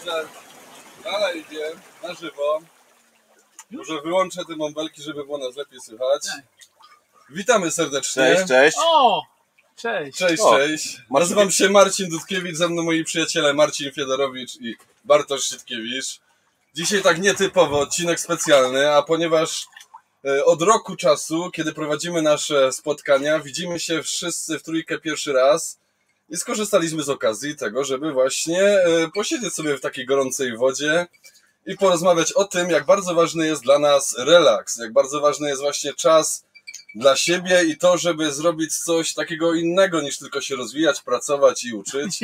Także na live, na żywo. Może wyłączę te bąbelki, żeby było nas lepiej słychać. Witamy serdecznie. Cześć, cześć. O! Cześć. Cześć, cześć. Nazywam się Marcin Dudkiewicz, ze mną moi przyjaciele Marcin Fiedorowicz i Bartosz Sietkiewicz. Dzisiaj tak nietypowo, odcinek specjalny, a ponieważ od roku czasu, kiedy prowadzimy nasze spotkania, widzimy się wszyscy w trójkę pierwszy raz i skorzystaliśmy z okazji tego, żeby właśnie posiedzieć sobie w takiej gorącej wodzie i porozmawiać o tym, jak bardzo ważny jest dla nas relaks, jak bardzo ważny jest właśnie czas dla siebie i to, żeby zrobić coś takiego innego niż tylko się rozwijać, pracować i uczyć.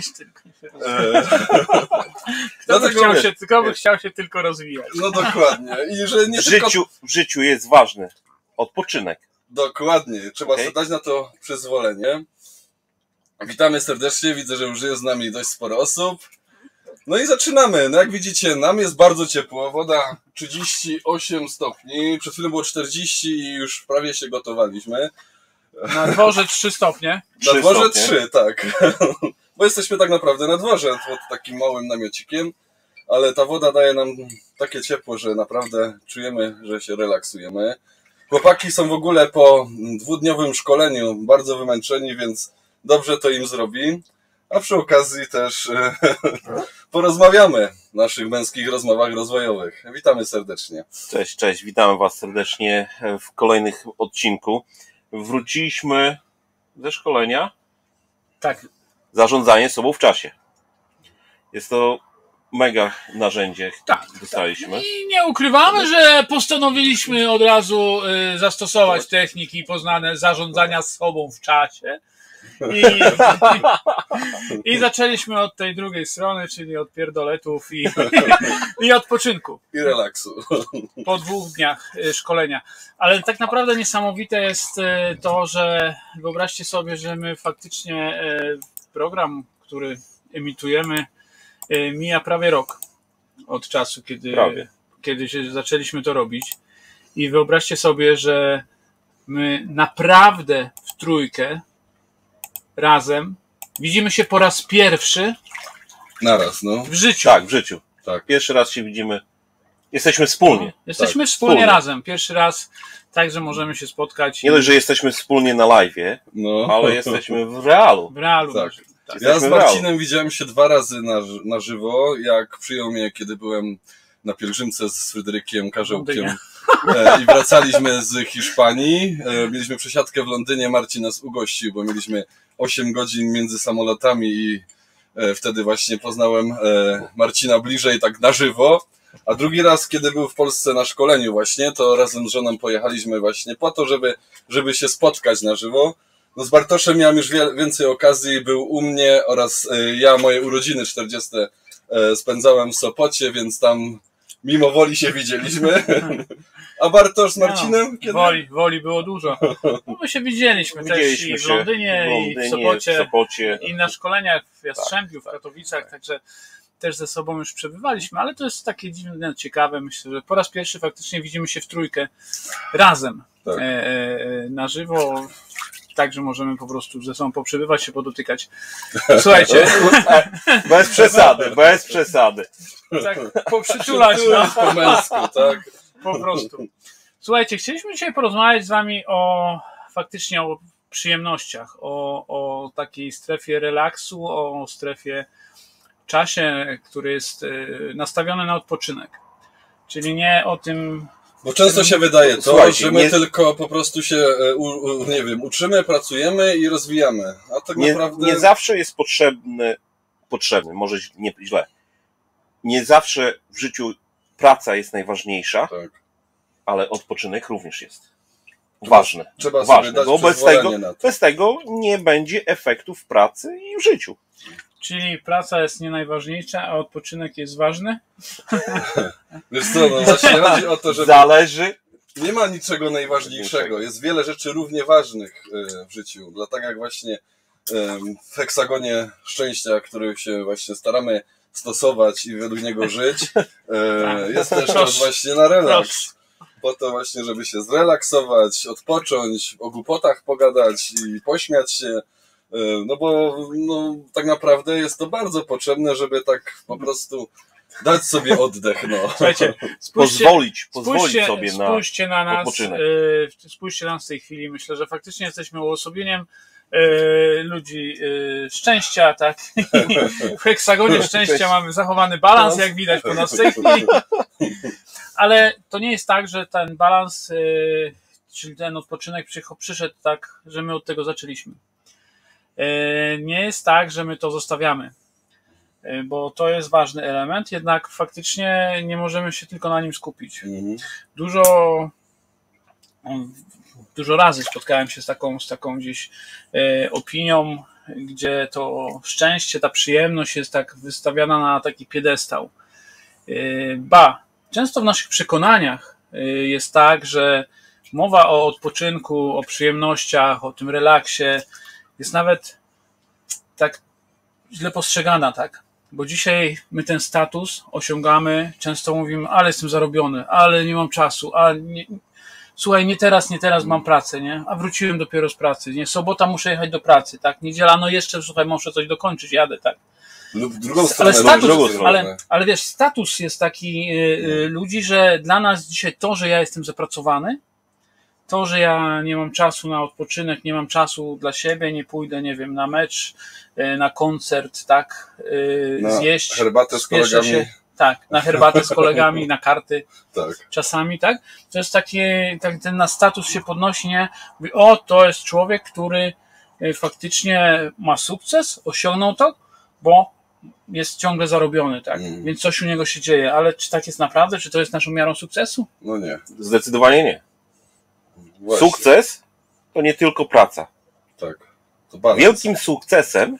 Kto by chciał się tylko rozwijać? No dokładnie. I że nie W życiu jest ważny odpoczynek. Dokładnie. Trzeba sobie dać na to przyzwolenie. Witamy serdecznie. Widzę, że już jest z nami dość sporo osób. No i zaczynamy. No jak widzicie, nam jest bardzo ciepło. Woda 38 stopni. Przed chwilą było 40 i już prawie się gotowaliśmy. Na dworze 3 stopnie. Na dworze 3, tak. Bo jesteśmy tak naprawdę na dworze pod takim małym namiocikiem. Ale ta woda daje nam takie ciepło, że naprawdę czujemy, że się relaksujemy. Chłopaki są w ogóle po dwudniowym szkoleniu bardzo wymęczeni, więc dobrze to im zrobi. A przy okazji też porozmawiamy w naszych męskich rozmowach rozwojowych. Witamy serdecznie. Cześć, cześć. Witamy Was serdecznie w kolejnym odcinku. Wróciliśmy ze szkolenia. Tak. Zarządzanie sobą w czasie. Jest to mega narzędzie, tak, dostaliśmy. Tak. I nie ukrywamy, że postanowiliśmy od razu zastosować techniki poznane zarządzania sobą w czasie. I zaczęliśmy od tej drugiej strony, czyli od pierdoletów i odpoczynku. I relaksu. Po 2 dniach szkolenia. Ale tak naprawdę niesamowite jest to, że wyobraźcie sobie, że my faktycznie program, który emitujemy, mija prawie rok od czasu, kiedy się zaczęliśmy to robić. I wyobraźcie sobie, że my naprawdę w trójkę razem widzimy się po raz pierwszy naraz, no. w życiu. Tak, w życiu. Tak. Pierwszy raz się widzimy. Jesteśmy wspólnie. Jesteśmy wspólnie razem. Pierwszy raz tak, że możemy się spotkać. Nie dość, że jesteśmy wspólnie na live'ie, ale jesteśmy w realu. W realu. Tak. Tak. Ja z Marcinem widziałem się 2 razy na żywo, jak przyjął mnie, kiedy byłem na pielgrzymce z Fryderykiem Karzełkiem i wracaliśmy z Hiszpanii. Mieliśmy przesiadkę w Londynie, Marcin nas ugościł, bo mieliśmy 8 godzin między samolotami i wtedy właśnie poznałem Marcina bliżej, tak na żywo. A drugi raz, kiedy był w Polsce na szkoleniu właśnie, to razem z żoną pojechaliśmy właśnie po to, żeby się spotkać na żywo. No z Bartoszem miałem już więcej okazji, był u mnie oraz ja moje urodziny 40 spędzałem w Sopocie, więc tam mimo woli się widzieliśmy. A Bartosz z Marcinem? Kiedy? Woli było dużo. No my się widzieliśmy też i w Londynie, i w Sopocie, i na szkoleniach w Jastrzębiu, w Katowicach, także też ze sobą już przebywaliśmy, ale to jest takie dziwne, ciekawe. Myślę, że po raz pierwszy faktycznie widzimy się w trójkę razem na żywo. Tak, że możemy po prostu ze sobą poprzebywać się, podotykać. Słuchajcie. Bez przesady, bez przesady. Tak, poprzytulać. Po męsku, tak? Po prostu. Słuchajcie, chcieliśmy dzisiaj porozmawiać z wami faktycznie o przyjemnościach, o takiej strefie relaksu, o strefie czasie, który jest nastawiony na odpoczynek. Czyli nie o tym... Bo często się wydaje to, że my tylko po prostu się, nie wiem, uczymy, pracujemy i rozwijamy. A tak naprawdę... Nie zawsze jest potrzebny, może nie źle. Nie zawsze w życiu praca jest najważniejsza, ale odpoczynek również jest ważny. Trzeba sobie dać bo na to. Bez tego nie będzie efektów w pracy i w życiu. Czyli praca jest nie najważniejsza, a odpoczynek jest ważny? Wiesz co, no właśnie chodzi o to, że zależy. Nie ma niczego najważniejszego. Jest wiele rzeczy równie ważnych w życiu. Dlatego jak właśnie w heksagonie szczęścia, który się właśnie staramy stosować i według niego żyć, jest też czas właśnie na relaks. Po to właśnie, żeby się zrelaksować, odpocząć, o głupotach pogadać i pośmiać się. No bo tak naprawdę jest to bardzo potrzebne, żeby tak po prostu Dać sobie oddech, no. Słuchajcie, pozwolić sobie spójrzcie na nas, odpoczynek. Spójrzcie na nas w tej chwili. Myślę, że faktycznie jesteśmy uosobieniem ludzi szczęścia, tak? W heksagonie szczęścia mamy zachowany balans, jak widać po nas w tej chwili. Ale to nie jest tak, że ten balans, czyli ten odpoczynek przyszedł tak, że my od tego zaczęliśmy. Nie jest tak, że my to zostawiamy, bo to jest ważny element, jednak faktycznie nie możemy się tylko na nim skupić. Dużo razy spotkałem się z taką gdzieś opinią, gdzie to szczęście, ta przyjemność jest tak wystawiana na taki piedestał. Często w naszych przekonaniach jest tak, że mowa o odpoczynku, o przyjemnościach, o tym relaksie jest nawet tak źle postrzegana, tak? Bo dzisiaj my ten status osiągamy, często mówimy, ale jestem zarobiony, ale nie mam czasu, słuchaj, nie teraz mam pracę, nie? A wróciłem dopiero z pracy, nie? Sobota muszę jechać do pracy, tak? Niedziela, no jeszcze, słuchaj, muszę coś dokończyć, jadę, tak? Lub w drugą stronę. Ale wiesz, status jest taki ludzi, że dla nas dzisiaj to, że ja jestem zapracowany, to, że ja nie mam czasu na odpoczynek, nie mam czasu dla siebie, nie pójdę, nie wiem, na mecz, na koncert, tak? Zjeść, na herbatę z kolegami. Tak, na herbatę z kolegami, na karty. Tak. Czasami, tak? To jest takie, ten na status się podnosi, nie? Mówi, o, to jest człowiek, który faktycznie ma sukces, osiągnął to, bo jest ciągle zarobiony, tak? Więc coś u niego się dzieje, ale czy tak jest naprawdę? Czy to jest naszą miarą sukcesu? No nie. Zdecydowanie nie. Właśnie. Sukces to nie tylko praca. Tak. To balans. Wielkim sukcesem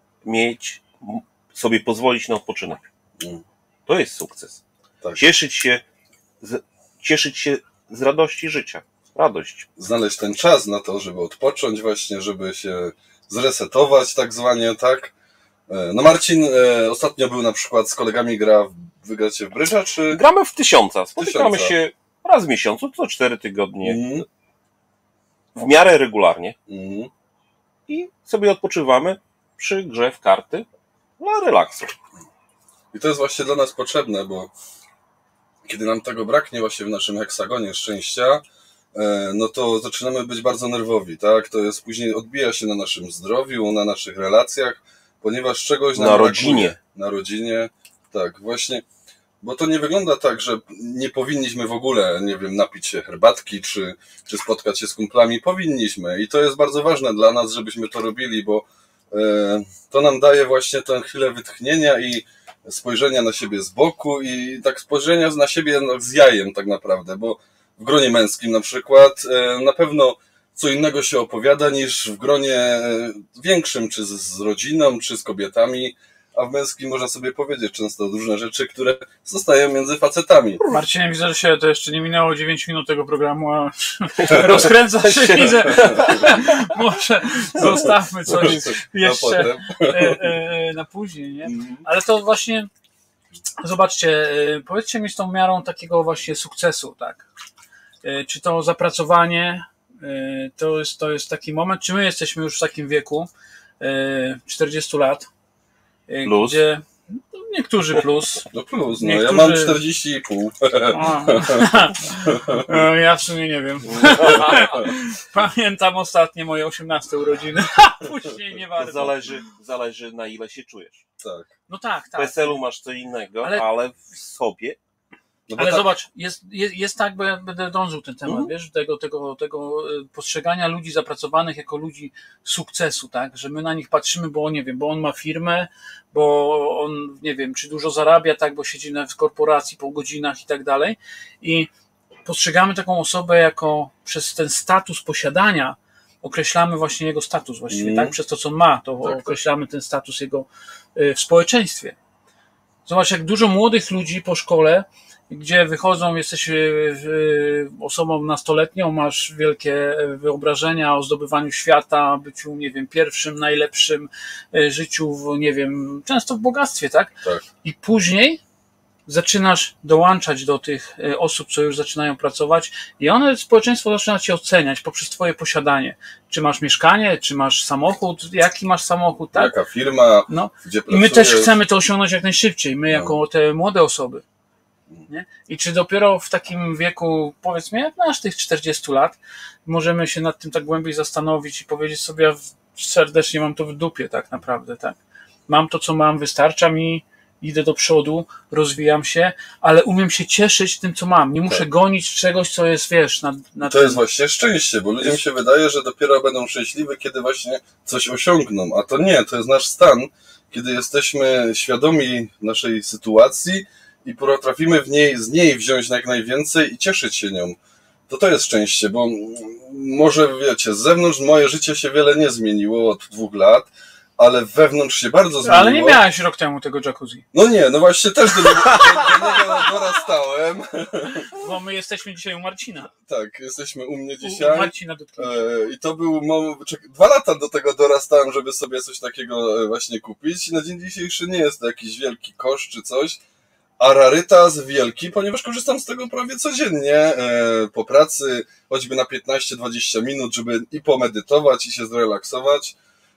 sobie pozwolić na odpoczynek. To jest sukces. Tak. Cieszyć się z radości życia. Radość. Znaleźć ten czas na to, żeby odpocząć właśnie, żeby się zresetować tak zwanie, tak? No Marcin ostatnio był na przykład z kolegami wygracie w brydża, czy? Gramy w 1000. Spotykamy się raz w miesiącu, co 4 tygodnie. W miarę regularnie. I sobie odpoczywamy przy grze w karty dla relaksu. I to jest właśnie dla nas potrzebne, bo kiedy nam tego braknie właśnie w naszym heksagonie szczęścia, no to zaczynamy być bardzo nerwowi, tak? To jest później odbija się na naszym zdrowiu, na naszych relacjach, ponieważ czegoś nam brakuje. Na rodzinie. Tak, właśnie. Bo to nie wygląda tak, że nie powinniśmy w ogóle, nie wiem, napić się herbatki, czy spotkać się z kumplami. Powinniśmy. I to jest bardzo ważne dla nas, żebyśmy to robili, bo to nam daje właśnie tę chwilę wytchnienia i spojrzenia na siebie z boku i tak spojrzenia na siebie z jajem tak naprawdę, bo w gronie męskim na przykład na pewno co innego się opowiada niż w gronie większym, czy z rodziną, czy z kobietami, a w męskim można sobie powiedzieć często różne rzeczy, które zostają między facetami. Marcinie, widzę, że się to jeszcze nie minęło 9 minut tego programu, a rozkręca się, widzę. Może zostawmy coś jeszcze na później, nie? Ale to właśnie, zobaczcie, powiedzcie mi z tą miarą takiego właśnie sukcesu, tak? Czy to zapracowanie to jest taki moment, czy my jesteśmy już w takim wieku 40 lat, plus. Gdzie niektórzy plus. No plus, no niektórzy... ja mam 40,5. Ja w sumie nie wiem. Pamiętam ostatnie moje 18 urodziny, a później nie bardzo. Zależy na ile się czujesz. Tak. No tak. W PESEL-u masz co innego, ale w sobie. No ale tak... zobacz, jest tak, bo ja będę dążył ten temat, wiesz, tego postrzegania ludzi zapracowanych jako ludzi sukcesu, tak, że my na nich patrzymy, bo nie wiem, bo on ma firmę, bo on, nie wiem, czy dużo zarabia, tak, bo siedzi w korporacji po godzinach i tak dalej i postrzegamy taką osobę jako przez ten status posiadania określamy właśnie jego status właściwie, tak, przez to, co ma, to tak, określamy ten status jego w społeczeństwie. Zobacz, jak dużo młodych ludzi po szkole, gdzie wychodzą, jesteś osobą nastoletnią, masz wielkie wyobrażenia o zdobywaniu świata, byciu, nie wiem, pierwszym, najlepszym, życiu, nie wiem, często w bogactwie, tak? Tak. I później zaczynasz dołączać do tych osób, co już zaczynają pracować i społeczeństwo zaczyna cię oceniać poprzez twoje posiadanie. Czy masz mieszkanie, czy masz samochód, jaki masz samochód, tak? Jaka firma, gdzie pracujesz. I my też chcemy to osiągnąć jak najszybciej, my jako te młode osoby. Nie? I czy dopiero w takim wieku, powiedzmy, jak masz tych 40 lat, możemy się nad tym tak głębiej zastanowić i powiedzieć sobie, ja serdecznie mam to w dupie tak naprawdę, tak? Mam to, co mam, wystarcza mi, idę do przodu, rozwijam się, ale umiem się cieszyć tym, co mam. Nie muszę gonić czegoś, co jest, wiesz, na to jest właśnie szczęście, bo ludziom się wydaje, że dopiero będą szczęśliwi, kiedy właśnie coś osiągną, a to nie, to jest nasz stan, kiedy jesteśmy świadomi naszej sytuacji i potrafimy z niej wziąć jak najwięcej i cieszyć się nią. To jest szczęście, bo może wiecie, z zewnątrz moje życie się wiele nie zmieniło od 2 lat, ale wewnątrz się bardzo zmieniło. Ale nie miałeś rok temu tego jacuzzi. No nie, no właśnie też do niego dorastałem. Bo my jesteśmy dzisiaj u Marcina. Tak, jesteśmy u mnie dzisiaj. U Marcina I to był 2 lata do tego dorastałem, żeby sobie coś takiego właśnie kupić. I na dzień dzisiejszy nie jest to jakiś wielki koszt czy coś, a rarytas wielki, ponieważ korzystam z tego prawie codziennie po pracy, choćby na 15-20 minut, żeby i pomedytować, i się zrelaksować.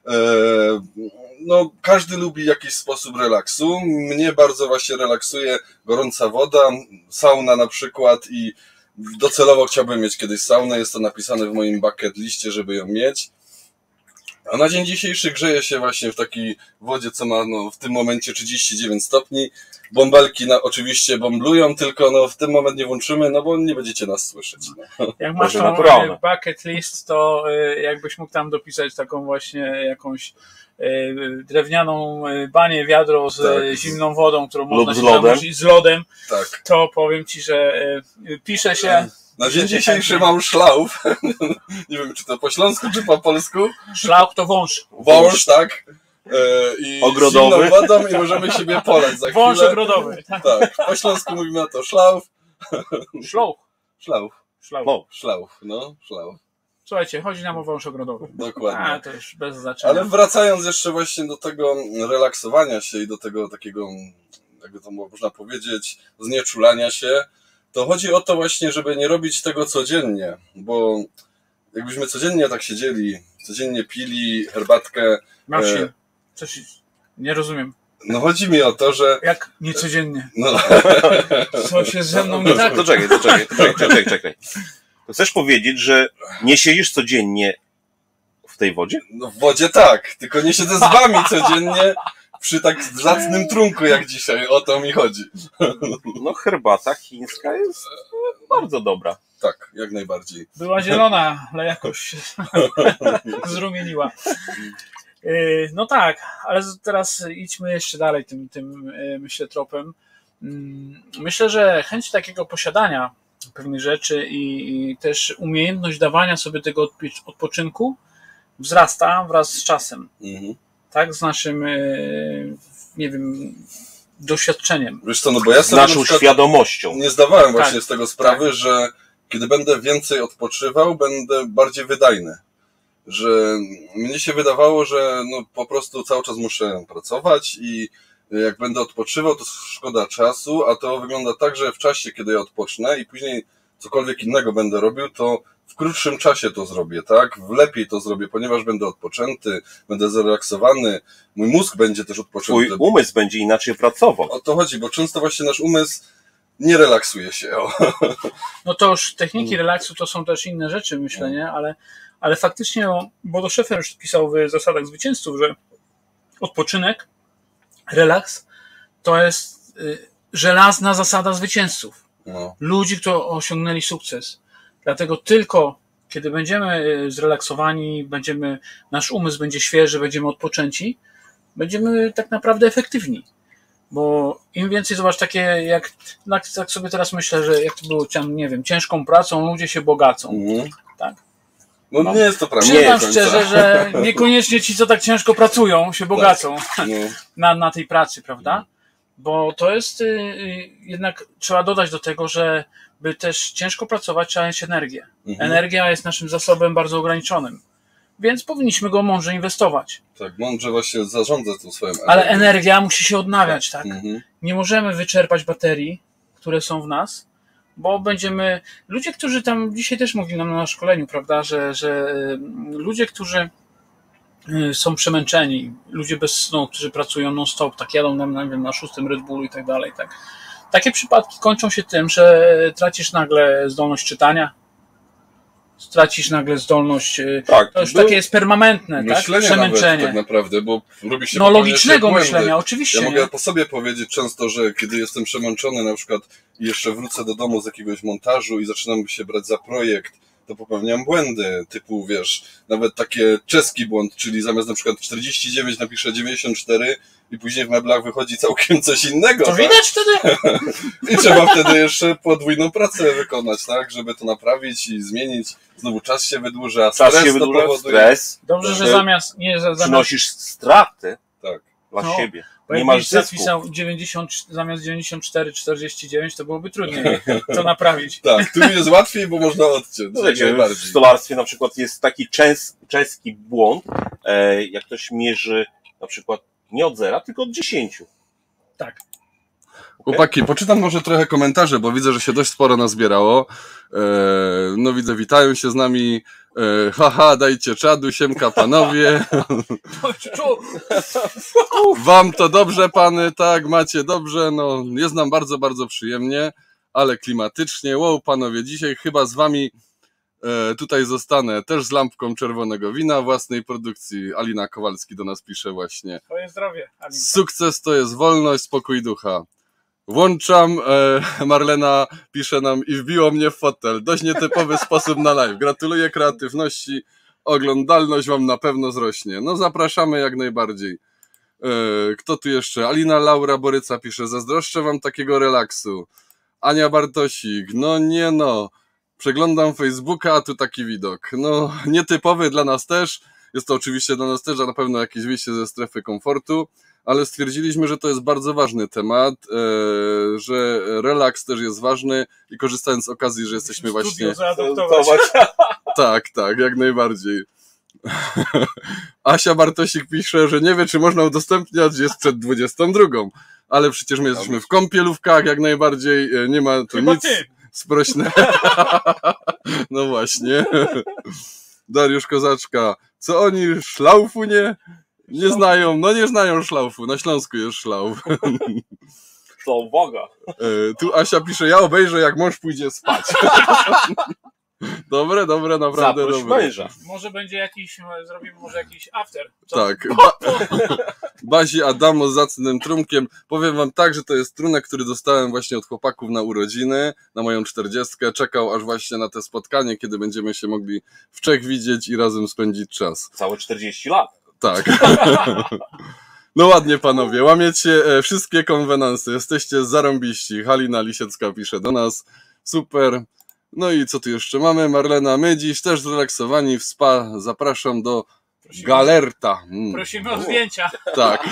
No, każdy lubi jakiś sposób relaksu. Mnie bardzo właśnie relaksuje gorąca woda, sauna na przykład i docelowo chciałbym mieć kiedyś saunę. Jest to napisane w moim bucket liście, żeby ją mieć. A na dzień dzisiejszy grzeję się właśnie w takiej wodzie, co ma w tym momencie 39 stopni. Bąbelki oczywiście bomblują, tylko w tym moment nie włączymy, bo nie będziecie nas słyszeć. Jak masz tą bucket list, to jakbyś mógł tam dopisać taką właśnie jakąś drewnianą banię, wiadro z zimną wodą, którą można się zanurzyć z lodem, to powiem ci, że pisze się... Na dzień dzisiejszy mam szlauf. Nie wiem, czy to po śląsku, czy po polsku. Szlauf to wąż. Wąż, tak. I ogrodowy. zimną wodą i możemy siebie polać za chwilę. Wąż ogrodowy. Tak, po śląsku mówimy na to szlauf. Szlauf. Szlauf. Szlauf. Szlauf. Słuchajcie, chodzi nam o wąż ogrodowy. Dokładnie. To już bez znaczenia. Ale wracając jeszcze właśnie do tego relaksowania się i do tego takiego, jakby to można powiedzieć, znieczulania się, to chodzi o to właśnie, żeby nie robić tego codziennie, bo jakbyśmy codziennie tak siedzieli, codziennie pili herbatkę... Marcin, coś nie rozumiem. No chodzi mi o to, że... Jak niecodziennie? No. Co się ze mną nie tak? To czekaj. To chcesz powiedzieć, że nie siedzisz codziennie w tej wodzie? No w wodzie tak, tylko nie siedzę z wami codziennie przy tak zacnym trunku jak dzisiaj, o to mi chodzi. No herbata chińska jest bardzo dobra. Tak, jak najbardziej. Była zielona, ale jakoś się zrumieniła. No tak, ale teraz idźmy jeszcze dalej tym myślę tropem. Myślę, że chęć takiego posiadania pewnych rzeczy i też umiejętność dawania sobie tego odpoczynku wzrasta wraz z czasem. Tak, z naszym, nie wiem, doświadczeniem. Wiesz co, bo ja sobie naszą świadomością. Nie zdawałem właśnie z tego sprawy, że kiedy będę więcej odpoczywał, będę bardziej wydajny. Że mnie się wydawało, że po prostu cały czas muszę pracować i jak będę odpoczywał, to szkoda czasu, a to wygląda tak, że w czasie, kiedy ja odpocznę i później cokolwiek innego będę robił, to w krótszym czasie to zrobię, tak? Lepiej to zrobię, ponieważ będę odpoczęty, będę zrelaksowany, mój mózg będzie też odpoczęty. Twój umysł będzie inaczej pracował. O to chodzi, bo często właśnie nasz umysł nie relaksuje się. No to już techniki relaksu to są też inne rzeczy, myślę, nie? Ale faktycznie Bodo Schaefer już pisał w Zasadach Zwycięzców, że odpoczynek, relaks to jest żelazna zasada zwycięzców. Ludzi, którzy osiągnęli sukces. Dlatego tylko kiedy będziemy zrelaksowani, nasz umysł będzie świeży, będziemy odpoczęci, będziemy tak naprawdę efektywni. Bo im więcej, zobacz, takie jak sobie teraz myślę, że jak to było, nie wiem, ciężką pracą ludzie się bogacą. Tak? No nie jest to prawda. Przyznam szczerze, że niekoniecznie ci, co tak ciężko pracują, się bogacą na tej pracy, prawda? Bo to jest jednak, trzeba dodać do tego, że by też ciężko pracować, trzeba mieć energię. Energia jest naszym zasobem bardzo ograniczonym. więc powinniśmy go mądrze inwestować. Tak, mądrze właśnie zarządzać tą swoją energią. Ale energia musi się odnawiać, tak? Nie możemy wyczerpać baterii, które są w nas, bo będziemy... Ludzie, którzy tam dzisiaj też mówili nam na szkoleniu, prawda, że ludzie, którzy są przemęczeni, ludzie bez snu, którzy pracują non-stop, tak jadą nam na 6 Red Bullu i tak dalej, tak. Takie przypadki kończą się tym, że tracisz nagle zdolność czytania, tracisz nagle zdolność, to już takie jest permanentne, tak? Przemęczenie. Nawet, tak naprawdę, bo robi się logicznego myślenia, oczywiście. Ja mogę po sobie powiedzieć często, że kiedy jestem przemęczony na przykład i jeszcze wrócę do domu z jakiegoś montażu i zaczynam się brać za projekt, to popełniam błędy, typu, wiesz, nawet takie czeski błąd, czyli zamiast na przykład 49 napiszę 94 i później w meblach wychodzi całkiem coś innego. To tak? Widać wtedy? I trzeba wtedy jeszcze podwójną pracę wykonać, tak, żeby to naprawić i zmienić. Znowu czas się wydłuża, stres to powoduje. Dobrze, że zamiast... Przynosisz straty dla siebie. Nie masz zapisał 90, zamiast 94, 49, to byłoby trudniej to naprawić. Tak, tu jest łatwiej, bo można odciąć. No wiecie, w stolarstwie na przykład jest taki czeski błąd, jak ktoś mierzy na przykład nie od 0, tylko od 10. Tak. Chłopaki, poczytam może trochę komentarze, bo widzę, że się dość sporo nazbierało. No widzę, witają się z nami. Haha, dajcie czadu, siemka panowie. Wam to dobrze, pany, tak, macie dobrze. No, jest nam bardzo, bardzo przyjemnie, ale klimatycznie. Wow, panowie, dzisiaj chyba z wami tutaj zostanę też z lampką czerwonego wina własnej produkcji. Alina Kowalski do nas pisze właśnie. Twoje zdrowie, Alinka. Sukces to jest wolność, spokój ducha. Włączam, Marlena pisze nam i wbiło mnie w fotel. Dość nietypowy sposób na live. Gratuluję kreatywności, oglądalność wam na pewno wzrośnie. No zapraszamy jak najbardziej. Kto tu jeszcze? Alina Laura Boryca pisze, zazdroszczę wam takiego relaksu. Ania Bartosik, no nie no. Przeglądam Facebooka, a tu taki widok. No nietypowy dla nas też. Jest to oczywiście dla nas też na pewno jakieś wyjście ze strefy komfortu. Ale stwierdziliśmy, że to jest bardzo ważny temat, że relaks też jest ważny i korzystając z okazji, że jesteśmy właśnie... Tak, jak najbardziej. Asia Bartosik pisze, że nie wie, czy można udostępniać, jest przed 22, ale przecież my jesteśmy w kąpielówkach, jak najbardziej, nie ma tu nic sprośnego. No właśnie. Dariusz Kozaczka, co oni, szlaufu nie znają, nie znają szlaufu. Na Śląsku jest szlauf. To uwaga. Tu Asia pisze, ja obejrzę, jak mąż pójdzie spać. Dobre, naprawdę dobre. Męża. Może będzie zrobimy jakiś after. Co? Tak. Bazi Adamo z zacnym trunkiem. Powiem wam tak, że to jest trunek, który dostałem właśnie od chłopaków na urodziny, na moją 40. Czekał aż właśnie na to spotkanie, kiedy będziemy się mogli w Czech widzieć i razem spędzić czas. Całe 40 lat. Tak. No ładnie panowie, łamiecie wszystkie konwenansy, jesteście zarąbiści. Halina Lisiecka pisze do nas, super. No i co tu jeszcze mamy? Marlena, my dziś też zrelaksowani w spa, zapraszam do Galerta. Prosimy o zdjęcia. Tak.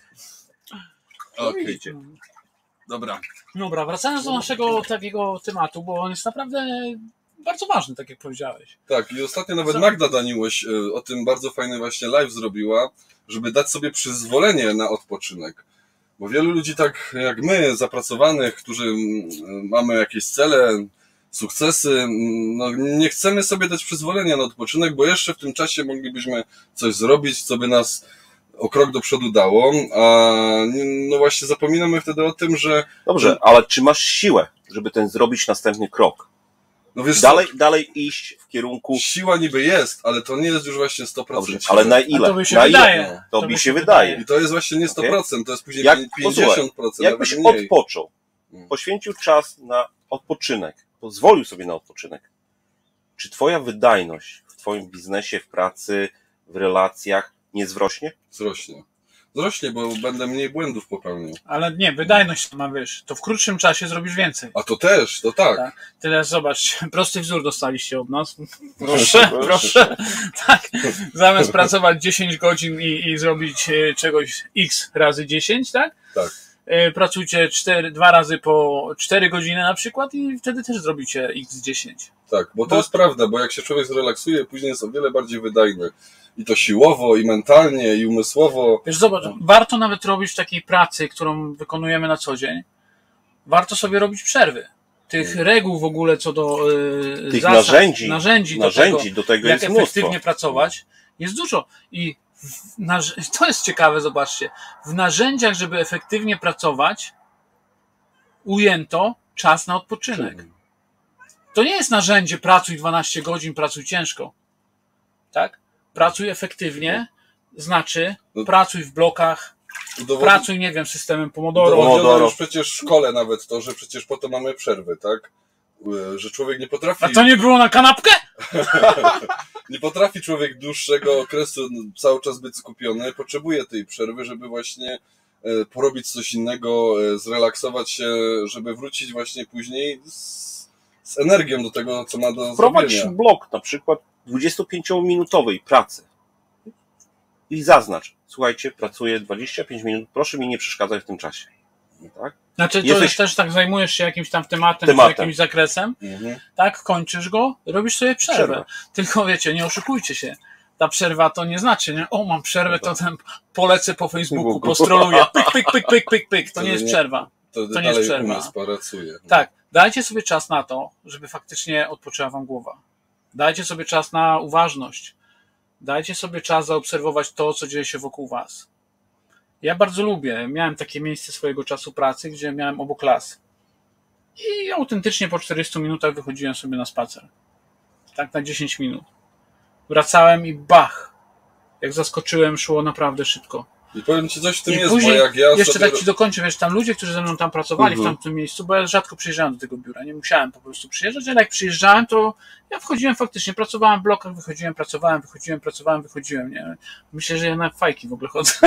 Okej. Dobra, wracając do naszego takiego tematu, bo on jest naprawdę bardzo ważny, tak jak powiedziałeś. Tak, i ostatnio nawet Magda Daniłoś o tym bardzo fajny właśnie live zrobiła, żeby dać sobie przyzwolenie na odpoczynek. Bo wielu ludzi tak jak my, zapracowanych, którzy mamy jakieś cele, sukcesy, no nie chcemy sobie dać przyzwolenia na odpoczynek, bo jeszcze w tym czasie moglibyśmy coś zrobić, co by nas o krok do przodu dało, a no właśnie zapominamy wtedy o tym, że... Dobrze, ale czy masz siłę, żeby zrobić następny krok? No wiesz, dalej iść w kierunku... Siła niby jest, ale to nie jest już właśnie 100%. Dobrze, ale na ile? To mi się wydaje. To mi się wydaje. I to jest właśnie nie 100%, to jest później 50%. Jakbyś odpoczął, poświęcił czas na odpoczynek, pozwolił sobie na odpoczynek, czy twoja wydajność w twoim biznesie, w pracy, w relacjach nie wzrośnie? Wzrośnie, bo będę mniej błędów popełniał. Ale nie, wydajność ma, wiesz, to w krótszym czasie zrobisz więcej. A to też, to tak. Teraz zobacz, prosty wzór dostaliście od nas. Proszę. Tak, zamiast pracować 10 godzin i zrobić czegoś x razy 10, tak? Tak. pracujcie 2 razy po 4 godziny na przykład i wtedy też zrobicie x10. Tak, bo to jest prawda, bo jak się człowiek zrelaksuje, później jest o wiele bardziej wydajny. I to siłowo, i mentalnie, i umysłowo. Wiesz, zobacz, warto nawet robić w takiej pracy, którą wykonujemy na co dzień, warto sobie robić przerwy. Tych reguł w ogóle co do tych zasad, narzędzi do tego jak jest efektywnie mnóstwo. pracować, jest dużo. I to jest ciekawe, zobaczcie. W narzędziach, żeby efektywnie pracować, ujęto czas na odpoczynek. To nie jest narzędzie pracuj 12 godzin, pracuj ciężko. Tak? Pracuj efektywnie, znaczy pracuj w blokach, pracuj, nie wiem, systemem Pomodoro. Udowodniono już przecież w szkole nawet to, że przecież po to mamy przerwy, tak? Że człowiek nie potrafi... A to nie było na kanapkę? Nie potrafi człowiek dłuższego okresu cały czas być skupiony, potrzebuje tej przerwy, żeby właśnie porobić coś innego, zrelaksować się, żeby wrócić właśnie później z energią do tego, co ma do Prowadź zrobienia. blok na przykład 25-minutowej pracy i zaznacz, słuchajcie, pracuję 25 minut, proszę mi nie przeszkadzać w tym czasie. Tak? Znaczy, to jest też tak, zajmujesz się jakimś tam tematem. Czy jakimś zakresem, tak, kończysz go, robisz sobie przerwę. Tylko wiecie, nie oszukujcie się. Ta przerwa to nie znaczy, nie? O, mam przerwę, to tam polecę po Facebooku, postroluję, pyk. To nie jest przerwa. To nie jest przerwa. Tak, dajcie sobie czas na to, żeby faktycznie odpoczęła wam głowa. Dajcie sobie czas na uważność. Dajcie sobie czas zaobserwować to, co dzieje się wokół was. Ja bardzo lubię. Miałem takie miejsce swojego czasu pracy, gdzie miałem obok las. I autentycznie po 40 minutach wychodziłem sobie na spacer. Tak na 10 minut. Wracałem i bach! Jak zaskoczyłem, szło naprawdę szybko. I powiem ci, coś w tym I jest, później, bo jak ja jeszcze sobie... tak ci dokończę, wiesz, tam ludzie, którzy ze mną tam pracowali w tamtym miejscu, bo ja rzadko przyjeżdżałem do tego biura, nie musiałem po prostu przyjeżdżać, ale jak przyjeżdżałem, to ja wchodziłem faktycznie, pracowałem w blokach, wychodziłem, wychodziłem, nie? Myślę, że ja na fajki w ogóle chodzę.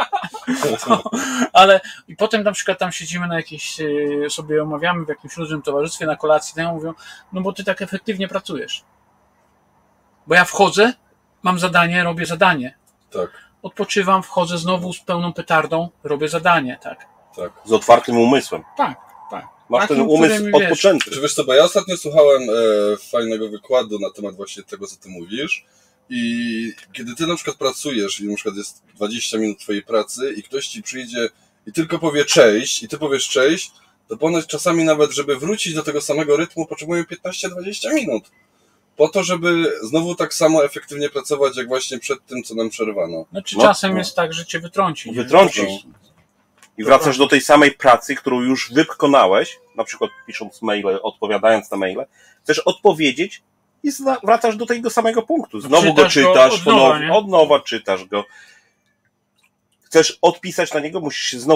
Ale i potem na przykład tam siedzimy na jakiejś, sobie omawiamy w jakimś luźnym towarzystwie na kolacji, to ja mówią, no bo ty tak efektywnie pracujesz. Bo ja wchodzę, mam zadanie, robię zadanie. Tak. Odpoczywam, wchodzę znowu z pełną petardą, robię zadanie, tak. Z otwartym umysłem. Tak. Masz ten umysł odpoczęty. Czy wiesz co, bo ja ostatnio słuchałem fajnego wykładu na temat właśnie tego, co ty mówisz, i kiedy ty na przykład pracujesz i na przykład jest 20 minut twojej pracy i ktoś ci przyjdzie i tylko powie cześć i ty powiesz cześć, to ponoć czasami nawet, żeby wrócić do tego samego rytmu, potrzebują 15-20 minut. Po to, żeby znowu tak samo efektywnie pracować, jak właśnie przed tym, co nam przerwano. Znaczy czasem jest tak, że cię wytrąci. I wracasz do tej samej pracy, którą już wykonałeś, na przykład pisząc maile, odpowiadając na maile, chcesz odpowiedzieć i wracasz do tego samego punktu. Znowu go czytasz, od nowa czytasz go. Chcesz odpisać na niego,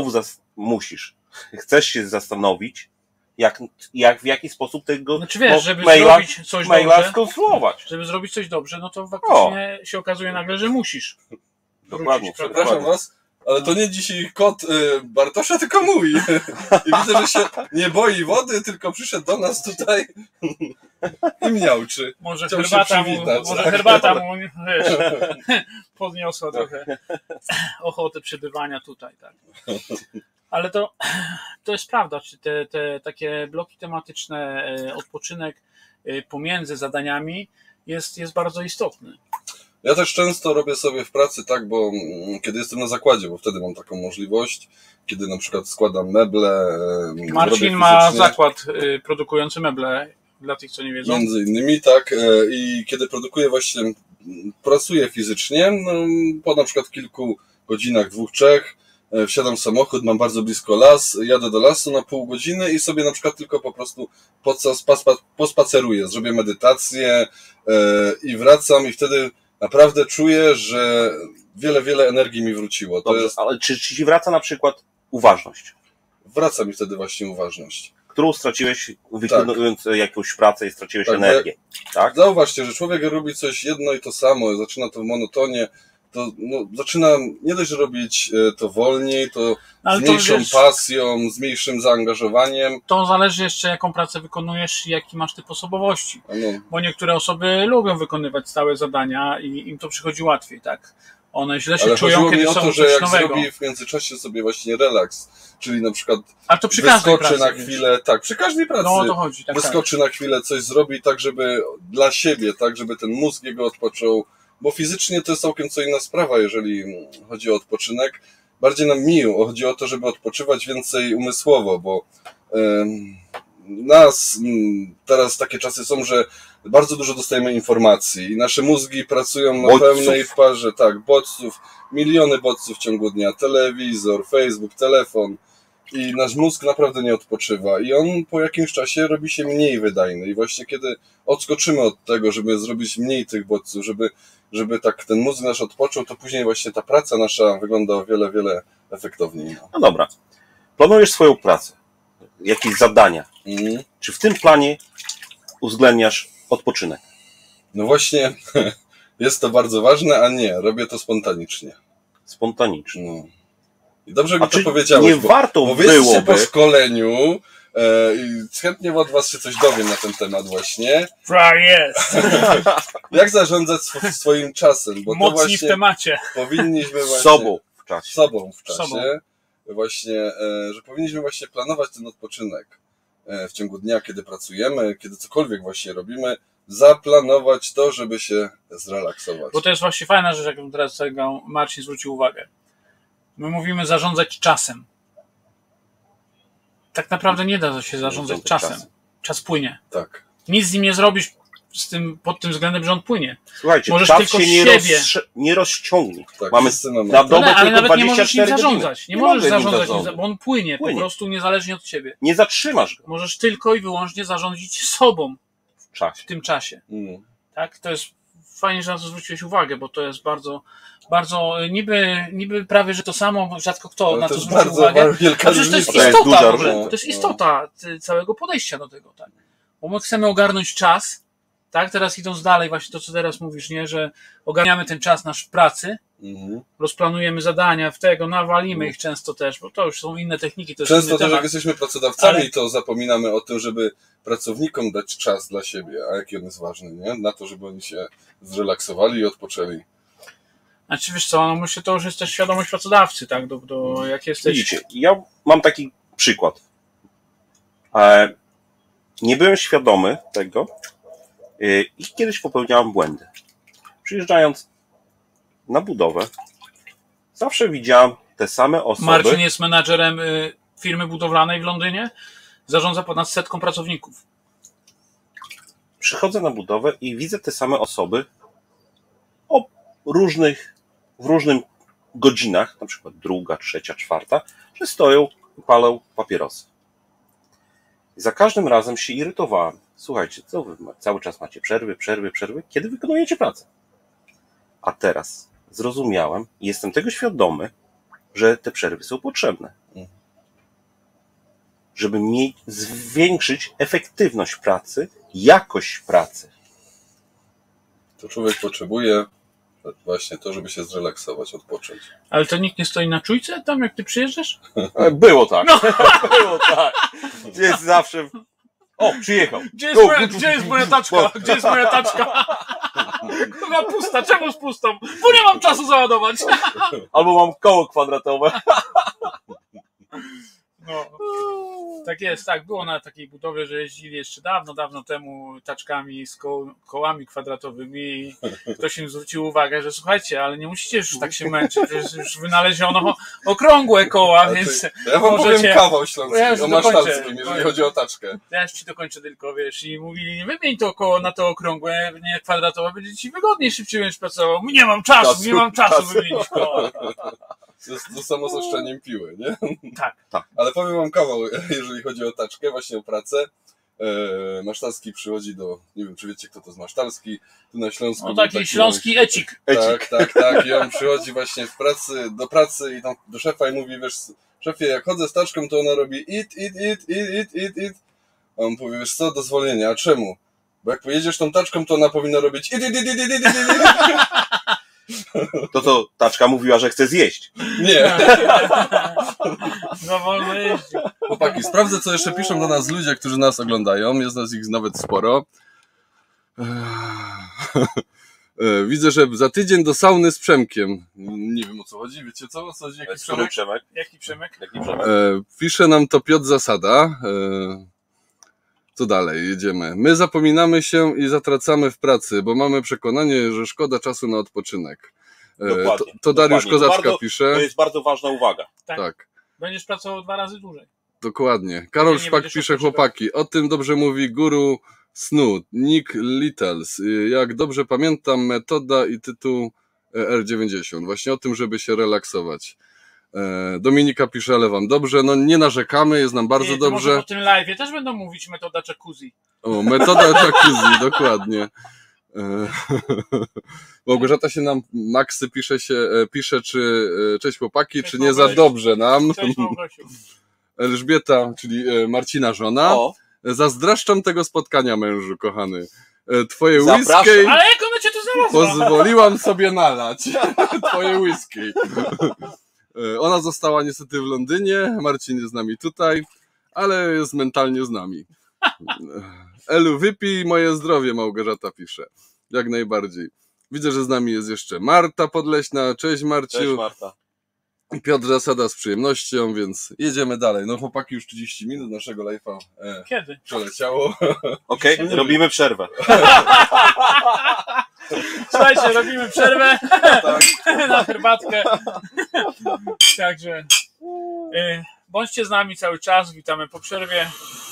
chcesz się zastanowić, w jaki sposób tego żeby maila zrobić coś dobrze, skonstruować. Żeby zrobić coś dobrze, no to faktycznie się okazuje nagle, że musisz. Dokładnie. Przepraszam was, ale to nie dzisiaj kot Bartosza, tylko mój. I widzę, że się nie boi wody, tylko przyszedł do nas tutaj i miauczy. Może herbata mu, wiesz, podniosła trochę ochotę przebywania tutaj, tak. Ale to jest prawda, czy te takie bloki tematyczne, odpoczynek pomiędzy zadaniami jest bardzo istotny. Ja też często robię sobie w pracy tak, bo kiedy jestem na zakładzie, bo wtedy mam taką możliwość, kiedy na przykład składam meble. Marcin ma zakład produkujący meble, dla tych, co nie wiedzą. Między innymi, tak. I kiedy produkuję właśnie, pracuję fizycznie, no, po na przykład kilku godzinach, 2-3, wsiadam w samochód, mam bardzo blisko las, jadę do lasu na pół godziny i sobie na przykład tylko po prostu pospaceruję, zrobię medytację i wracam i wtedy naprawdę czuję, że wiele energii mi wróciło. Dobrze, ale czy ci wraca na przykład uważność? Wraca mi wtedy właśnie uważność. Którą straciłeś wykonując jakąś pracę i straciłeś energię. Tak? Zauważcie, że człowiek robi coś jedno i to samo, zaczyna to w monotonie, to zaczyna nie dość, że robić to wolniej, to z mniejszą pasją, z mniejszym zaangażowaniem. To zależy jeszcze, jaką pracę wykonujesz i jaki masz typ osobowości. Bo niektóre osoby lubią wykonywać stałe zadania i im to przychodzi łatwiej, tak? one źle się Ale czują, chodziło kiedy mi o są to, że coś jak nowego. zrobi w międzyczasie sobie właśnie relaks, czyli na przykład A to przy każdej wyskoczy pracy, na chwilę, tak, przy każdej pracy, no o to chodzi, tak, wyskoczy na chwilę, coś zrobi tak, żeby dla siebie, tak, żeby ten mózg jego odpoczął, bo fizycznie to jest całkiem co inna sprawa, jeżeli chodzi o odpoczynek. Bardziej nam miło, chodzi o to, żeby odpoczywać więcej umysłowo, bo teraz takie czasy są, że bardzo dużo dostajemy informacji i nasze mózgi pracują na pełnej parze, tak, bodźców, miliony bodźców w ciągu dnia, telewizor, Facebook, telefon i nasz mózg naprawdę nie odpoczywa i on po jakimś czasie robi się mniej wydajny i właśnie kiedy odskoczymy od tego, żeby zrobić mniej tych bodźców, żeby tak ten mózg nasz odpoczął, to później właśnie ta praca nasza wygląda o wiele, wiele efektowniej. No dobra, planujesz swoją pracę, jakieś zadania. Czy w tym planie uwzględniasz odpoczynek? No właśnie, jest to bardzo ważne, a nie, robię to spontanicznie. Spontanicznie. No. I dobrze mi to powiedziałeś, nie warto bo byłoby... po szkoleniu i chętnie od was się coś dowiem na ten temat właśnie. Jest. Jak zarządzać swoim czasem? Bo mocni to właśnie w temacie. Powinniśmy właśnie... Sobą w czasie. Sobą w czasie. Właśnie, że powinniśmy właśnie planować ten odpoczynek w ciągu dnia, kiedy pracujemy, kiedy cokolwiek właśnie robimy, zaplanować to, żeby się zrelaksować. Bo to jest właśnie fajna rzecz, jaką teraz Marcin zwrócił uwagę. My mówimy zarządzać czasem. Tak naprawdę nie da się zarządzać czasem. Czas płynie. Tak. Nic z nim nie zrobisz pod tym względem, że on płynie. Słuchajcie, możesz czas tylko się nie rozciągnie. Tak, mamy na dobę ale tylko nawet nie możesz nim 24 zarządzać. godziny. Nie możesz zarządzać nim, bo on płynie po Płynie. prostu niezależnie od ciebie. Nie zatrzymasz go Możesz tylko i wyłącznie zarządzić sobą w czasie. w tym czasie. Tak? To jest fajnie, że na to zwróciłeś uwagę, bo to jest bardzo, bardzo niby prawie, że to samo, rzadko kto ale na to zwróci uwagę. A przecież to jest różnica. istota To w ogóle. jest To jest istota całego podejścia do tego. Tak? Bo my chcemy ogarnąć czas, tak? Teraz idąc dalej, właśnie to, co teraz mówisz, nie? Że ogarniamy ten czas nasz w pracy, rozplanujemy zadania w tego, nawalimy ich często też, bo to już są inne techniki. To jest często inny też temat. jak jesteśmy pracodawcami, to zapominamy o tym, żeby pracownikom dać czas dla siebie, a jaki on jest ważny, nie? Na to, żeby oni się zrelaksowali i odpoczęli. Znaczy wiesz co, no myślę, to już jest też świadomość pracodawcy, tak? Jak jesteś... Widzicie, ja mam taki przykład. Nie byłem świadomy tego i kiedyś popełniałem błędy. Przyjeżdżając na budowę, zawsze widziałem te same osoby. Marcin jest menadżerem firmy budowlanej w Londynie, zarządza ponad 100 pracowników. Przychodzę na budowę i widzę te same osoby w różnych godzinach, na przykład 2., 3., 4., że stoją i palą papierosy. I za każdym razem się irytowałem. Słuchajcie, co wy cały czas macie przerwy, kiedy wykonujecie pracę? A teraz zrozumiałem i jestem tego świadomy, że te przerwy są potrzebne. Żeby zwiększyć efektywność pracy, jakość pracy. To człowiek potrzebuje właśnie to, żeby się zrelaksować, odpocząć. Ale to nikt nie stoi na czujce tam, jak ty przyjeżdżasz? Było tak. No. Było tak. Jest zawsze... O, przyjechał. Gdzie jest moja taczka? Gdzie jest moja taczka? Chyba pusta. Czemu z pustą? Bo nie mam czasu załadować. Albo mam koło kwadratowe. No. Tak jest, tak. Było na takiej budowie, że jeździli jeszcze dawno temu taczkami z kołami kwadratowymi i ktoś im zwrócił uwagę, że słuchajcie, ale nie musicie już tak się męczyć, przecież już wynaleziono okrągłe koła, więc ja wam powiem kawał śląski o masztalskim, jeżeli chodzi o taczkę. Ja już ci dokończę tylko, wiesz, i mówili, wymień to koło na to okrągłe, nie kwadratowe, będzie ci wygodniej, szybciej będziesz pracował. Nie mam czasu wymienić koła. To samo z oszczędzeniem piły, nie? Tak. Ale powiem wam kawał, jeżeli chodzi o taczkę, właśnie o pracę. Masztalski przychodzi nie wiem, czy wiecie, kto to jest Masztalski, tu na Śląsku. No taki śląski ecik. Tak. I on przychodzi właśnie do pracy i tam do szefa i mówi, wiesz, szefie, jak chodzę z taczką, to ona robi it. A on powie, wiesz co, dozwolenie, a czemu? Bo jak pojedziesz tą taczką, to ona powinna robić it. To taczka mówiła, że chce zjeść. Nie. No wolno jeździ. Chłopaki, sprawdzę, co jeszcze piszą do nas ludzie, którzy nas oglądają. Jest nas ich nawet sporo. Widzę, że za tydzień do sauny z Przemkiem. Nie wiem, o co chodzi. Wiecie co? O co chodzi? Jaki Przemek? Jaki Przemek? Pisze nam to Piotr Zasada. Co dalej? Jedziemy. My zapominamy się i zatracamy w pracy, bo mamy przekonanie, że szkoda czasu na odpoczynek. Dokładnie, to Dariusz Kozaczka pisze. To jest bardzo ważna uwaga. Tak. Będziesz pracował 2 razy dłużej. Dokładnie. Karol Szpak pisze, chłopaki, o tym dobrze mówi guru snu, Nick Littles. Jak dobrze pamiętam, metoda i tytuł R90. Właśnie o tym, żeby się relaksować. Dominika pisze, ale wam dobrze, no nie narzekamy, jest nam bardzo dobrze. Może po tym live'ie też będą mówić metoda jacuzzi. O, metoda jacuzzi, dokładnie. Małgorzata się nam, Maxy pisze, czy cześć chłopaki, cześć, czy nie za dobrze nam. Cześć Małgosiu. Elżbieta, czyli Marcina żona. Zazdraszczam tego spotkania, mężu kochany. Twoje whisky. Ale jak ona cię tu znalazła? Pozwoliłam sobie nalać. Twoje whisky. Ona została niestety w Londynie, Marcin jest z nami tutaj, ale jest mentalnie z nami. Elu, wypij moje zdrowie, Małgorzata pisze. Jak najbardziej. Widzę, że z nami jest jeszcze Marta Podleśna. Cześć Marciu. Cześć Marta. Piotr Zasada z przyjemnością, więc jedziemy dalej. No chłopaki, już 30 minut naszego live'a Kiedy? przeleciało. Okej, robimy przerwę. Słuchajcie, robimy przerwę na herbatkę. Także bądźcie z nami cały czas, witamy po przerwie.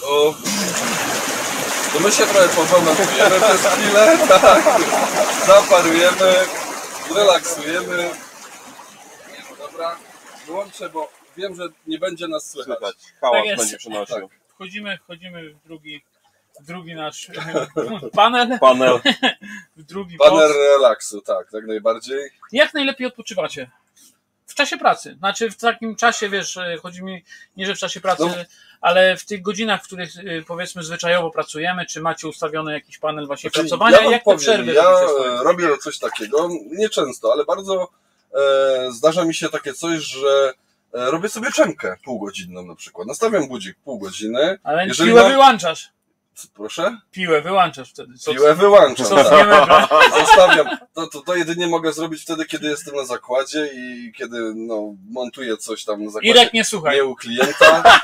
To my się trochę powolnujemy przez chwilę, tak. Zaparujemy, relaksujemy. Dobra, wyłączę, bo wiem, że nie będzie nas słychać. Hałas tak będzie przynosił. Tak. Wchodzimy w drugi nasz panel. W drugi panel relaksu, tak, jak najbardziej. Jak najlepiej odpoczywacie? W czasie pracy. Znaczy w takim czasie, wiesz, chodzi mi nie, że w czasie pracy, ale w tych godzinach, w których powiedzmy zwyczajowo pracujemy, czy macie ustawiony jakiś panel właśnie pracowania, jak te przerwy robię coś takiego, nie często, ale bardzo zdarza mi się takie coś, że robię sobie drzemkę półgodzinną na przykład. Nastawiam budzik pół godziny. Ale piłę wyłączasz. Proszę? Piłę wyłączasz wtedy. Piłę wyłączam. Tak. Zostawiam. To jedynie mogę zrobić wtedy, kiedy jestem na zakładzie i kiedy montuję coś tam na zakładzie. Irek, nie słuchaj. Nie u klienta.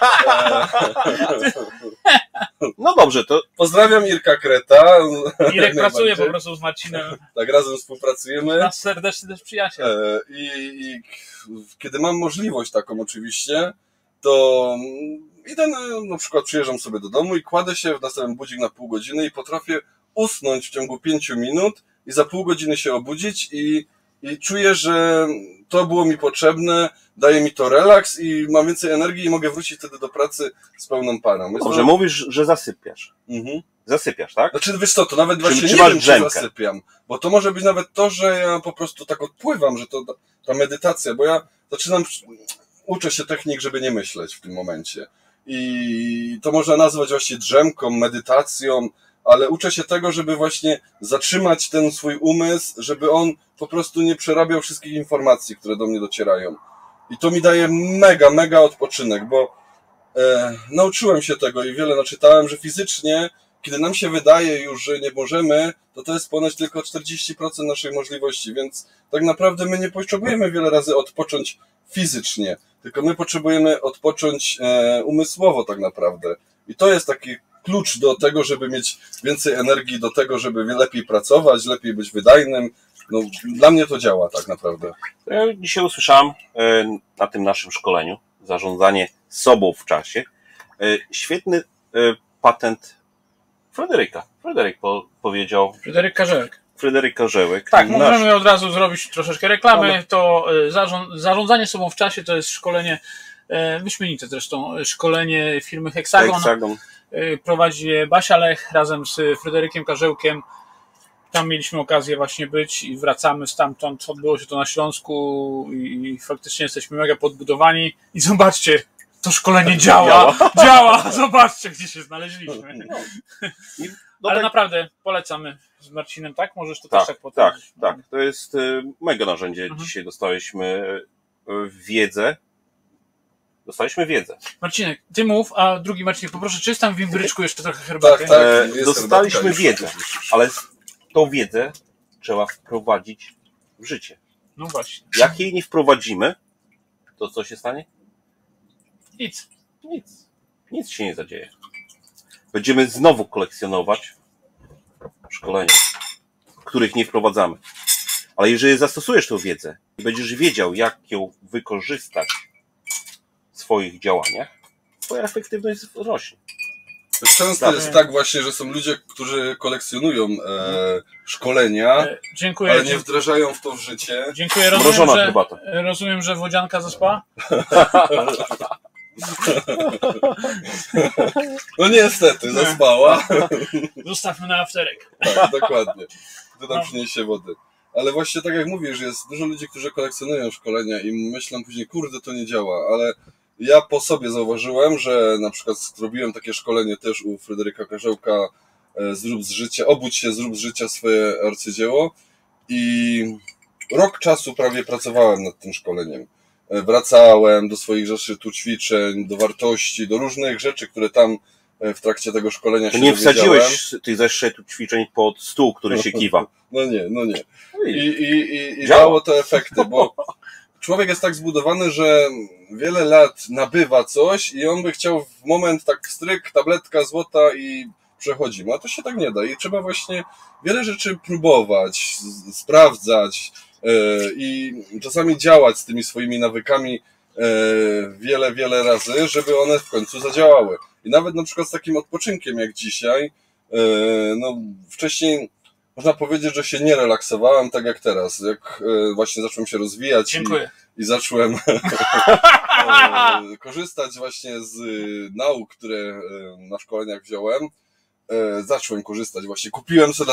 No dobrze, to... Pozdrawiam Irka Kreta. Irek pracuje po prostu z Marcinem. Tak, razem współpracujemy. Nasz serdeczny też przyjaciel. I kiedy mam możliwość taką oczywiście, to idę na przykład przyjeżdżam sobie do domu i kładę się, nastawiam budzik na pół godziny i potrafię usnąć w ciągu 5 minut i za pół godziny się obudzić i czuję, że to było mi potrzebne, daje mi to relaks i mam więcej energii i mogę wrócić wtedy do pracy z pełną parą. Dobrze, mówisz, że zasypiasz. Zasypiasz, tak? Znaczy, wiesz co, to nawet właśnie nie wiem, czy zasypiam, bo to może być nawet to, że ja po prostu tak odpływam, że to ta medytacja, bo ja uczę się technik, żeby nie myśleć w tym momencie. I to można nazwać właśnie drzemką, medytacją, ale uczę się tego, żeby właśnie zatrzymać ten swój umysł, żeby on po prostu nie przerabiał wszystkich informacji, które do mnie docierają. I to mi daje mega odpoczynek, bo nauczyłem się tego i wiele naczytałem, że fizycznie, kiedy nam się wydaje już, że nie możemy, to jest ponoć tylko 40% naszej możliwości, więc tak naprawdę my nie potrzebujemy wiele razy odpocząć fizycznie, tylko my potrzebujemy odpocząć umysłowo tak naprawdę. I to jest taki klucz do tego, żeby mieć więcej energii, do tego, żeby lepiej pracować, lepiej być wydajnym. No, dla mnie to działa tak naprawdę. Ja dzisiaj usłyszałem na tym naszym szkoleniu zarządzanie sobą w czasie świetny patent Fryderyka. Fryderyk powiedział. Fryderyk Karzełek. Tak, możemy od razu zrobić troszeczkę reklamy. To zarządzanie sobą w czasie to jest szkolenie, wyśmienite zresztą, szkolenie firmy Hexagon. Prowadzi je Basia Lech razem z Fryderykiem Karzełkiem. Tam mieliśmy okazję właśnie być i wracamy stamtąd. Odbyło się to na Śląsku i faktycznie jesteśmy mega podbudowani. I zobaczcie, to szkolenie działa. Zobaczcie, gdzie się znaleźliśmy. Ale naprawdę polecamy z Marcinem, tak? Możesz to też tak potwierdzić. Tak. To jest mega narzędzie. Dzisiaj dostaliśmy wiedzę. Marcinek, ty mów, a drugi Marcinek, poproszę, czy jest tam w imbryczku jeszcze trochę herbaty? Tak, dostaliśmy wiedzę, ale tą wiedzę trzeba wprowadzić w życie. No właśnie. Jak jej nie wprowadzimy, to co się stanie? Nic. Nic się nie zadzieje. Będziemy znowu kolekcjonować szkolenia, których nie wprowadzamy. Ale jeżeli zastosujesz tę wiedzę i będziesz wiedział, jak ją wykorzystać w swoich działaniach, twoja efektywność rośnie. Często jest tak właśnie, że są ludzie, którzy kolekcjonują szkolenia, dziękuję, ale nie wdrażają w to w życie. Dziękuję, rozumiem, że wodzianka zaspała? No niestety, zaspała. Zostawmy na afterek. Tak, dokładnie. To nam przyniesie wody. Ale właśnie tak jak mówisz, jest dużo ludzi, którzy kolekcjonują szkolenia i myślą później, kurde, to nie działa, ale ja po sobie zauważyłem, że na przykład zrobiłem takie szkolenie też u Fryderyka Karzełka, zrób z życia, obudź się, zrób z życia swoje arcydzieło i rok czasu prawie pracowałem nad tym szkoleniem. Wracałem do swoich rzeczy, tu ćwiczeń, do wartości, do różnych rzeczy, które tam w trakcie tego szkolenia się nie dowiedziałem. wsadziłeś tych zeszytów ćwiczeń pod stół, który się kiwa. No nie. I dało to efekty, bo człowiek jest tak zbudowany, że wiele lat nabywa coś i on by chciał w moment tak stryk, tabletka złota i przechodzimy, a to się tak nie da i trzeba właśnie wiele rzeczy próbować, sprawdzać i czasami działać z tymi swoimi nawykami wiele razy, żeby one w końcu zadziałały. I nawet na przykład z takim odpoczynkiem jak dzisiaj, no wcześniej można powiedzieć, że się nie relaksowałem tak jak teraz. Jak właśnie zacząłem się rozwijać i zacząłem korzystać właśnie z nauk, które na szkoleniach wziąłem, zacząłem korzystać. Właśnie kupiłem sobie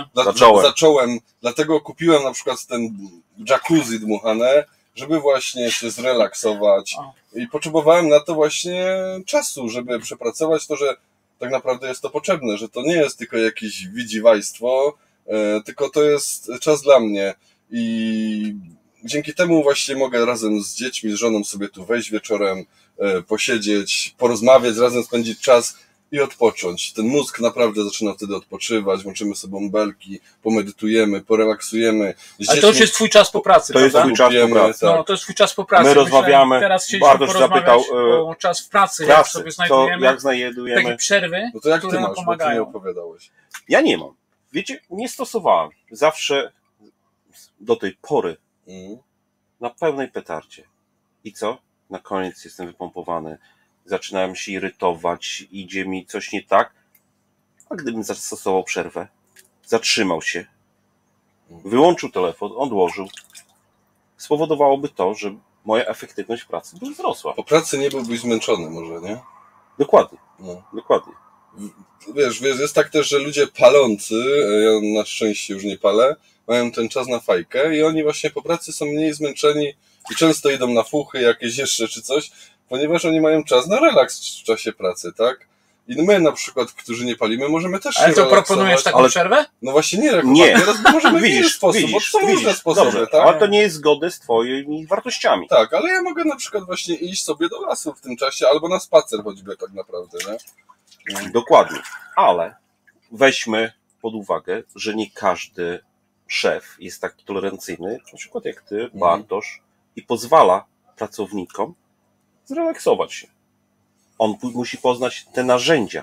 dlatego kupiłem na przykład ten jacuzzi dmuchane, żeby właśnie się zrelaksować. I potrzebowałem na to właśnie czasu, żeby przepracować to, że tak naprawdę jest to potrzebne, że to nie jest tylko jakieś widziwajstwo, tylko to jest czas dla mnie i dzięki temu właśnie mogę razem z dziećmi, z żoną sobie tu wejść wieczorem, posiedzieć, porozmawiać, razem spędzić czas i odpocząć. Ten mózg naprawdę zaczyna wtedy odpoczywać, włączymy sobie bąbelki, pomedytujemy, porelaksujemy. Ale to już jest twój czas po pracy, to jest twój czas po pracy. No, to jest twój czas po pracy. My rozmawiamy, teraz chcieliśmy porozmawiać o czas w pracy, jak sobie znajdujemy, jak znajdujemy takie przerwy, no to jak które nam pomagają. Bo ty nie opowiadałeś. Ja nie mam. Wiecie, nie stosowałem. Zawsze do tej pory na pełnej petardzie. I co? Na koniec jestem wypompowany. Zaczynałem się irytować, idzie mi coś nie tak. A gdybym zastosował przerwę, zatrzymał się, wyłączył telefon, odłożył, spowodowałoby to, że moja efektywność w pracy by wzrosła. Po pracy nie byłbyś zmęczony może, nie? Dokładnie. Dokładnie. Wiesz, jest tak też, że ludzie palący, ja na szczęście już nie palę, mają ten czas na fajkę i oni właśnie po pracy są mniej zmęczeni i często idą na fuchy jakieś jeszcze czy coś, ponieważ oni mają czas na relaks w czasie pracy, tak? I my na przykład, którzy nie palimy, możemy też się relaksować. Ale to proponujesz taką przerwę? No właśnie nie. Teraz możemy w inny sposób, bo są różne sposoby, dobrze, tak? Ale to nie jest zgodne z twoimi wartościami. Tak, ale ja mogę na przykład właśnie iść sobie do lasu w tym czasie, albo na spacer choćby tak naprawdę, nie? Dokładnie, ale weźmy pod uwagę, że nie każdy szef jest taki tolerancyjny, na przykład jak ty, Bartosz, i pozwala pracownikom zrelaksować się. On musi poznać te narzędzia,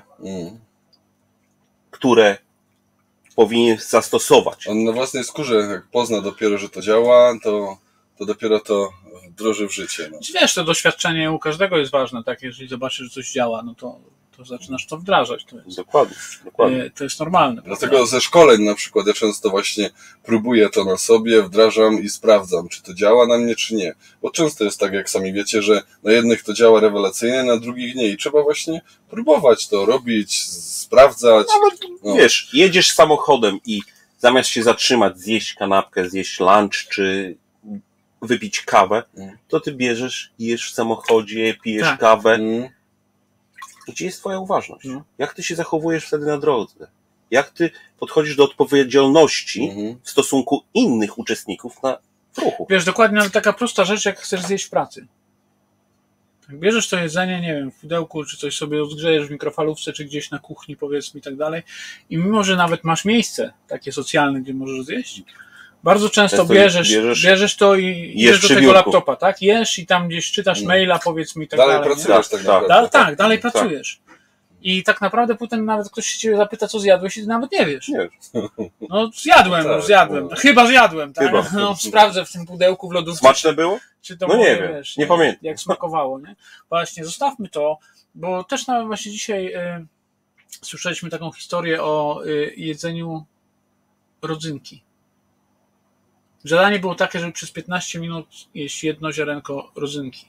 które powinien zastosować. On na własnej skórze, jak pozna dopiero, że to działa, to dopiero to wdroży w życie. No. Wiesz, to doświadczenie u każdego jest ważne, tak? Jeżeli zobaczysz, że coś działa, no to zaczynasz to wdrażać. To jest, Dokładnie. To jest normalne. Dlatego prawda? ze szkoleń na przykład ja często właśnie próbuję to na sobie, wdrażam i sprawdzam, czy to działa na mnie, czy nie. Bo często jest tak, jak sami wiecie, że na jednych to działa rewelacyjnie, na drugich nie. I trzeba właśnie próbować to robić, sprawdzać. No. Wiesz, jedziesz samochodem i zamiast się zatrzymać, zjeść kanapkę, zjeść lunch, czy wypić kawę, to ty bierzesz, jesz w samochodzie, pijesz kawę. Gdzie jest twoja uważność? Jak ty się zachowujesz wtedy na drodze? Jak ty podchodzisz do odpowiedzialności w stosunku innych uczestników w ruchu? Wiesz, dokładnie nawet taka prosta rzecz, jak chcesz zjeść w pracy. Bierzesz to jedzenie, nie wiem, w pudełku, czy coś sobie rozgrzejesz w mikrofalówce, czy gdzieś na kuchni, powiedzmy, i tak dalej. I mimo, że nawet masz miejsce takie socjalne, gdzie możesz zjeść, bardzo często bierzesz to i jesz do tego laptopa, tak? Jesz i tam gdzieś czytasz maila, powiedzmy, i tak dalej. Dalej pracujesz tak naprawdę. Tak, dalej pracujesz. I tak naprawdę potem nawet ktoś się ciebie zapyta, co zjadłeś, i ty nawet nie wiesz. Nie. No zjadłem. Chyba zjadłem, tak? Chyba. No, sprawdzę w tym pudełku w lodówce. Smaczne było? Czy to no nie wiem, wiesz, nie pamiętam. Jak smakowało, nie? Właśnie, zostawmy to, bo też nawet właśnie dzisiaj słyszeliśmy taką historię o jedzeniu rodzynki. Zadanie było takie, żeby przez 15 minut jeść jedno ziarenko rodzynki.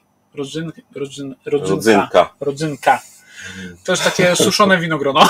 Rodzynka. To jest takie suszone winogrono.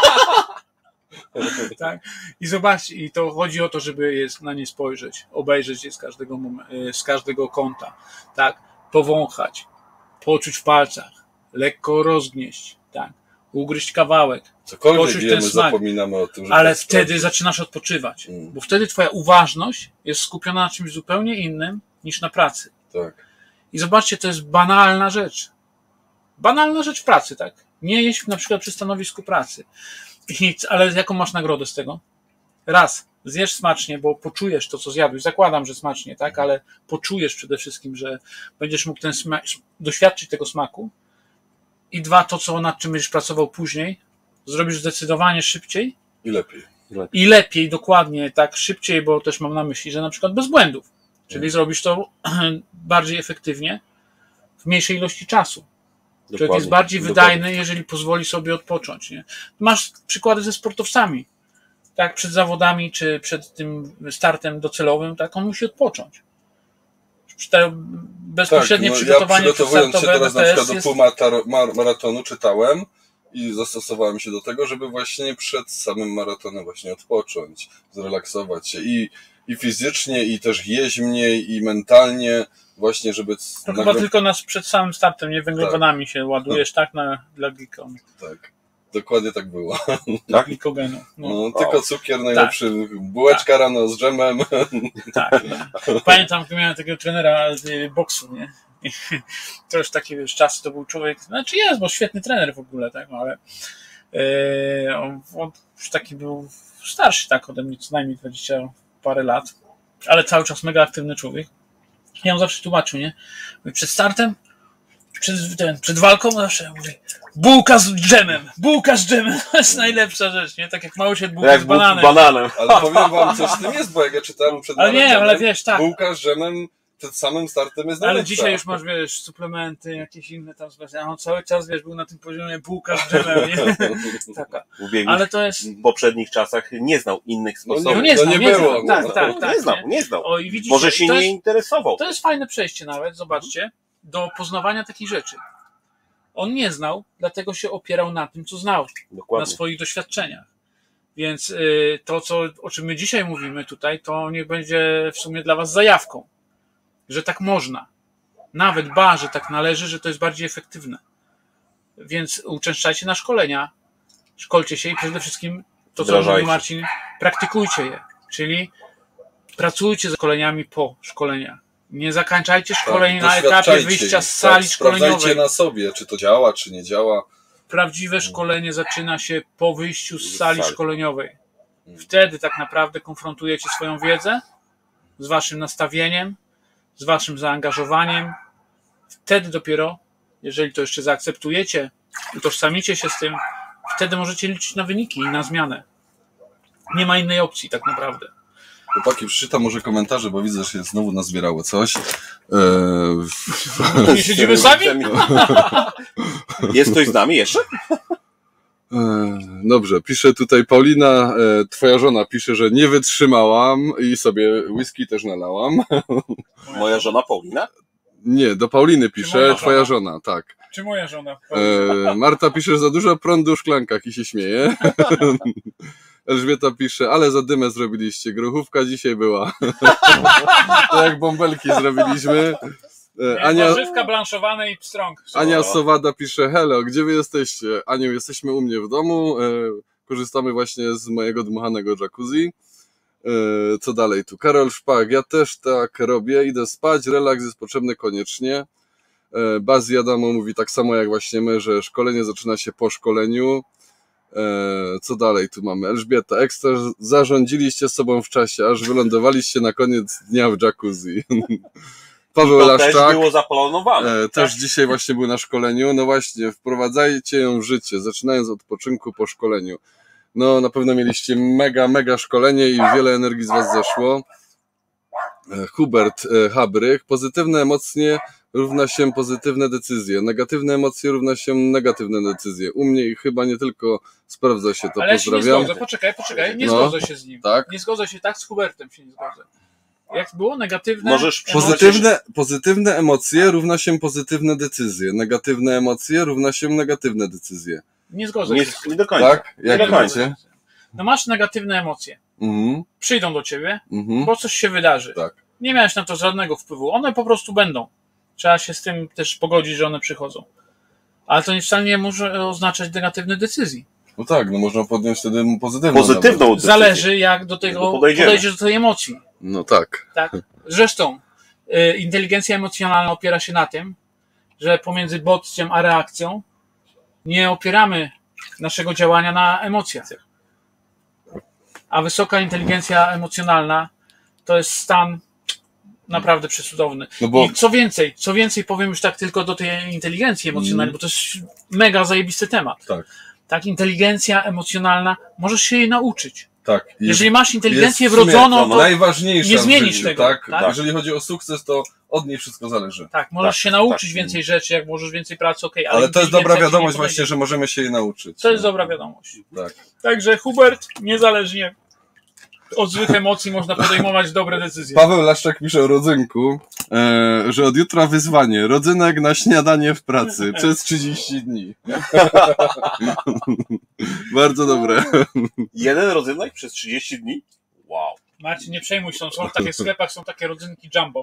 Tak? I zobaczcie, i to chodzi o to, żeby na nie spojrzeć, obejrzeć je z każdego kąta, tak? Powąchać, poczuć w palcach, lekko rozgnieść, tak? Ugryźć kawałek, cokolwiek wiemy, zapominamy o tym, ale wtedy zaczynasz odpoczywać, bo wtedy twoja uważność jest skupiona na czymś zupełnie innym niż na pracy. Tak. I zobaczcie, to jest banalna rzecz. Banalna rzecz w pracy, tak? Nie jeść na przykład przy stanowisku pracy. Ale jaką masz nagrodę z tego? Raz, zjesz smacznie, bo poczujesz to, co zjadłeś. Zakładam, że smacznie, tak? Ale poczujesz przede wszystkim, że będziesz mógł doświadczyć tego smaku. I dwa, to, co nad czym będziesz pracował później, zrobisz zdecydowanie szybciej. I lepiej, dokładnie, tak, szybciej, bo też mam na myśli, że na przykład bez błędów. Czyli zrobisz to bardziej efektywnie, w mniejszej ilości czasu. Człowiek jest bardziej wydajny, jeżeli pozwoli sobie odpocząć. Nie? Masz przykłady ze sportowcami. Tak, przed zawodami, czy przed tym startem docelowym, tak, on musi odpocząć. Bezpośrednie przygotowanie ja przygotowując się teraz na przykład jest... do półmaratonu czytałem i zastosowałem się do tego, żeby właśnie przed samym maratonem właśnie odpocząć, zrelaksować się i fizycznie, i też jeść mniej, i mentalnie, właśnie, żeby... To chyba tylko przed samym startem, nie węglowodanami się ładujesz, tak, dla glikonu. Tak, dokładnie tak było. Tak? Glikogenu. No, tylko cukier najlepszy, bułeczka rano z dżemem. Tak. Pamiętam, gdy miałem takiego trenera z boksu, nie? To już takie, wiesz, czasy, to był człowiek, znaczy jest, bo świetny trener w ogóle, tak, ale on już taki był starszy, tak, ode mnie co najmniej 20 parę lat, ale cały czas mega aktywny człowiek. Ja mu zawsze tłumaczył, nie? Mówi, przed startem, przed walką zawsze mówi, bułka z dżemem, to jest najlepsza rzecz, nie? Tak jak mało się bułka z bananem. Ale powiem wam, coś z tym jest, bo jak ja czytałem przed maratonem, ale nie, ale wiesz, tak. Bułka z dżemem przed samym startem jest najlepsza. Ale dzisiaj już masz, wiesz, suplementy, jakieś inne tam, a on cały czas, wiesz, był na tym poziomie bułka z dżemem, nie? Taka. Ale to jest... W poprzednich czasach nie znał innych sposobów. Nie znał. Może się nie interesował. To jest fajne przejście nawet, zobaczcie, do poznawania takich rzeczy. On nie znał, dlatego się opierał na tym, co znał. Dokładnie. Na swoich doświadczeniach. Więc to, o czym my dzisiaj mówimy tutaj, to niech będzie w sumie dla was zajawką. Że tak można. Nawet że tak należy, że to jest bardziej efektywne. Więc uczęszczajcie na szkolenia, szkolcie się i przede wszystkim to, co mówił Marcin, praktykujcie je. Czyli pracujcie z szkoleniami po szkoleniach. Nie zakończajcie szkoleń na etapie wyjścia z sali szkoleniowej. Sprawdzajcie na sobie, czy to działa, czy nie działa. Prawdziwe szkolenie zaczyna się po wyjściu z sali szkoleniowej. Wtedy tak naprawdę konfrontujecie swoją wiedzę z waszym nastawieniem, z waszym zaangażowaniem. Wtedy dopiero, jeżeli to jeszcze zaakceptujecie, utożsamicie się z tym, wtedy możecie liczyć na wyniki i na zmianę. Nie ma innej opcji tak naprawdę. Chłopaki, przeczytam może komentarze, bo widzę, że się znowu nazbierało coś. Nie siedzimy sami? Jest ktoś z nami jeszcze? Dobrze, pisze tutaj Paulina, twoja żona pisze, że nie wytrzymałam i sobie whisky też nalałam. Moja żona Paulina? Nie, do Pauliny pisze, twoja żona, tak. Czy moja żona? Marta pisze, że za dużo prądu w szklankach i się śmieje. Elżbieta pisze, ale za dymę zrobiliście, grochówka dzisiaj była. To jak bąbelki zrobiliśmy. Warzywka blanszowane i pstrąg. Ania Sowada pisze, hello, gdzie wy jesteście? Aniu, jesteśmy u mnie w domu, korzystamy właśnie z mojego dmuchanego jacuzzi. Co dalej tu? Karol Szpak, ja też tak robię, idę spać, relaks jest potrzebny koniecznie. Bazi Adamo mówi tak samo jak właśnie my, że szkolenie zaczyna się po szkoleniu. Co dalej tu mamy? Elżbieta, ekstra zarządziliście sobą w czasie, aż wylądowaliście na koniec dnia w jacuzzi. Paweł Laszczak też było zaplanowane. też dzisiaj właśnie był na szkoleniu. No właśnie, wprowadzajcie ją w życie, zaczynając od odpoczynku po szkoleniu. No na pewno mieliście mega szkolenie i wiele energii z was zeszło. Hubert Habrych, pozytywne emocje równa się pozytywne decyzje, negatywne emocje równa się negatywne decyzje. U mnie i chyba nie tylko sprawdza się to, ale pozdrawiam. Ja się nie zgodzę, poczekaj, nie zgodzę się z nim. Tak? Nie zgodzę się, tak z Hubertem się nie zgodzę. Jak było negatywne... Pozytywne emocje równa się pozytywne decyzje, negatywne emocje równa się negatywne decyzje. Nie zgodzę się. Nie do końca. Tak? Jak nie do końca? No masz negatywne emocje. Przyjdą do ciebie, bo coś się wydarzy. Tak. Nie miałeś na to żadnego wpływu. One po prostu będą. Trzeba się z tym też pogodzić, że one przychodzą. Ale to wcale nie może oznaczać negatywnych decyzji. No tak, no można podjąć wtedy pozytywną decyzję. Zależy jak do tego podejdziesz do tej emocji. No tak. Tak. Zresztą inteligencja emocjonalna opiera się na tym, że pomiędzy bodźcem a reakcją nie opieramy naszego działania na emocjach. A wysoka inteligencja emocjonalna to jest stan naprawdę przecudowny. No bo... I co więcej powiem już tak tylko do tej inteligencji emocjonalnej, bo to jest mega zajebisty temat. Tak, inteligencja emocjonalna, możesz się jej nauczyć. Tak. Jeżeli masz inteligencję wrodzoną, to najważniejsza nie zmienisz życiu, tego. Tak? Tak? Jeżeli chodzi o sukces, to od niej wszystko zależy. Tak, możesz się nauczyć więcej rzeczy, jak możesz więcej pracy, ale to jest dobra wiadomość właśnie, że możemy się jej nauczyć. To jest dobra wiadomość. Tak. Także Hubert, niezależnie od złych emocji można podejmować dobre decyzje. Paweł Laszczak pisze o rodzynku, że od jutra wyzwanie. Rodzynek na śniadanie w pracy przez 30 dni. Bardzo dobre. Jeden rodzynek przez 30 dni? Wow. Marcin, nie przejmuj się, są w takich sklepach, są takie rodzynki jumbo.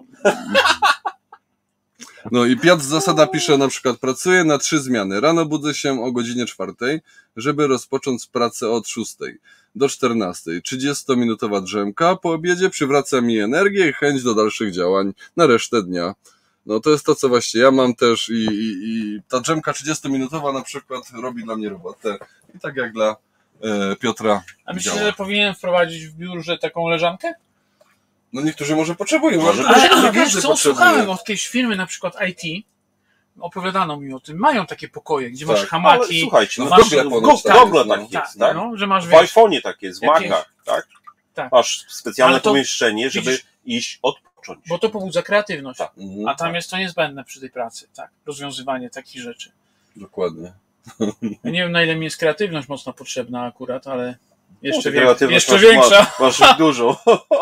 No i Piotr Zasada pisze na przykład, pracuję na 3 zmiany. Rano budzę się o godzinie 4, żeby rozpocząć pracę od 6 do 14. 30-minutowa drzemka, po obiedzie przywraca mi energię i chęć do dalszych działań na resztę dnia. No to jest to, co właśnie ja mam też i ta drzemka 30-minutowa na przykład robi dla mnie robotę. I tak jak dla Piotra. A myślisz, że powinien wprowadzić w biurze taką leżankę? No niektórzy może potrzebują. Ale wiesz co, słuchałem od jakiejś firmy, na przykład IT, opowiadano mi o tym, mają takie pokoje, gdzie masz hamaki. Ale słuchajcie, no masz w Google tak jest, tak? No, że masz, w iPhone'ie tak jest, w Macach, tak? Tak. Masz specjalne pomieszczenie, żeby iść odpocząć. Bo to pobudza kreatywność, tak. A tam jest to niezbędne przy tej pracy, tak? Rozwiązywanie takich rzeczy. Dokładnie. Ja nie wiem, na ile mi jest kreatywność mocno potrzebna akurat, ale jeszcze większa. Masz dużo.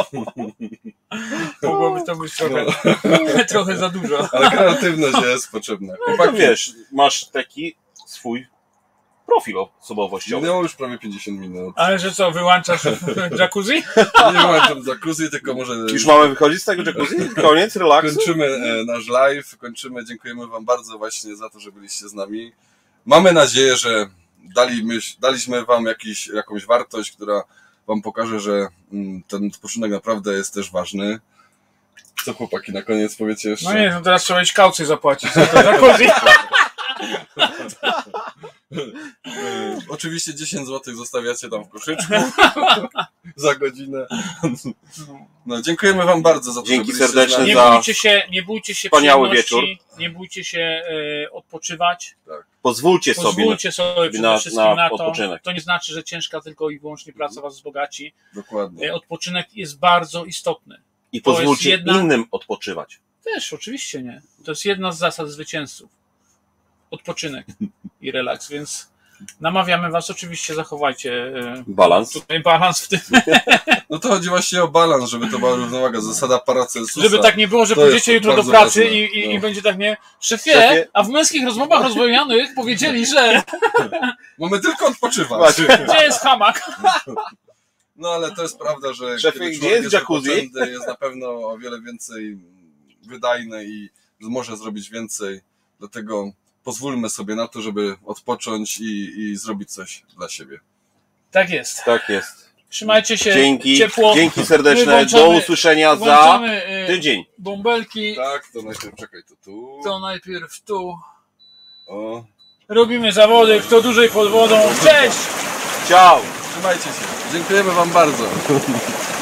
Mogłoby to być trochę za dużo. Ale kreatywność jest potrzebna. No wiesz, masz taki swój profil osobowościowy. Minęło już prawie 50 minut. Ale że co, wyłączasz jacuzzi? Nie wyłączam jacuzzi, tylko może... Już mamy wychodzić z tego jacuzzi? Koniec, relaksu? Kończymy nasz live, dziękujemy wam bardzo właśnie za to, że byliście z nami. Mamy nadzieję, że daliśmy wam jakąś wartość, która wam pokaże, że ten odpoczynek naprawdę jest też ważny. Co chłopaki na koniec powiecie jeszcze? No nie, no teraz trzeba iść kaucję zapłacić za to jacuzzi. Oczywiście 10 zł zostawiacie tam w koszyczku za godzinę. No, dziękujemy wam bardzo za to, dzięki że serdeczne nie bójcie się wspaniały wieczór. Nie bójcie się odpoczywać. Tak. Pozwólcie sobie przede wszystkim na to. odpoczynek. To nie znaczy, że ciężka tylko i wyłącznie praca was wzbogaci. Dokładnie. Odpoczynek jest bardzo istotny. I pozwólcie innym odpoczywać. Też, oczywiście nie. To jest jedna z zasad zwycięzców. Odpoczynek i relaks, więc namawiamy was, oczywiście zachowajcie balans w tym. No to chodzi właśnie o balans, żeby to była równowaga, zasada Paracelsusa. Żeby tak nie było, że pójdziecie jutro do pracy i będzie tak, nie? Szefie, a w męskich rozmowach rozwojowych powiedzieli, że... Mamy tylko odpoczywać. Gdzie jest hamak? No ale to jest prawda, że szefie, gdzie jest jacuzzi? Jest na pewno o wiele więcej wydajny i może zrobić więcej. Dlatego pozwólmy sobie na to, żeby odpocząć i zrobić coś dla siebie. Tak jest. Tak jest. Trzymajcie się Dzięki, ciepło. dzięki serdeczne. Do usłyszenia za tydzień. Bąbelki. Tak, to najpierw czekaj, to tu. To najpierw tu. O. Robimy zawody, kto dłużej pod wodą. Cześć! Ciao! Trzymajcie się. Dziękujemy wam bardzo.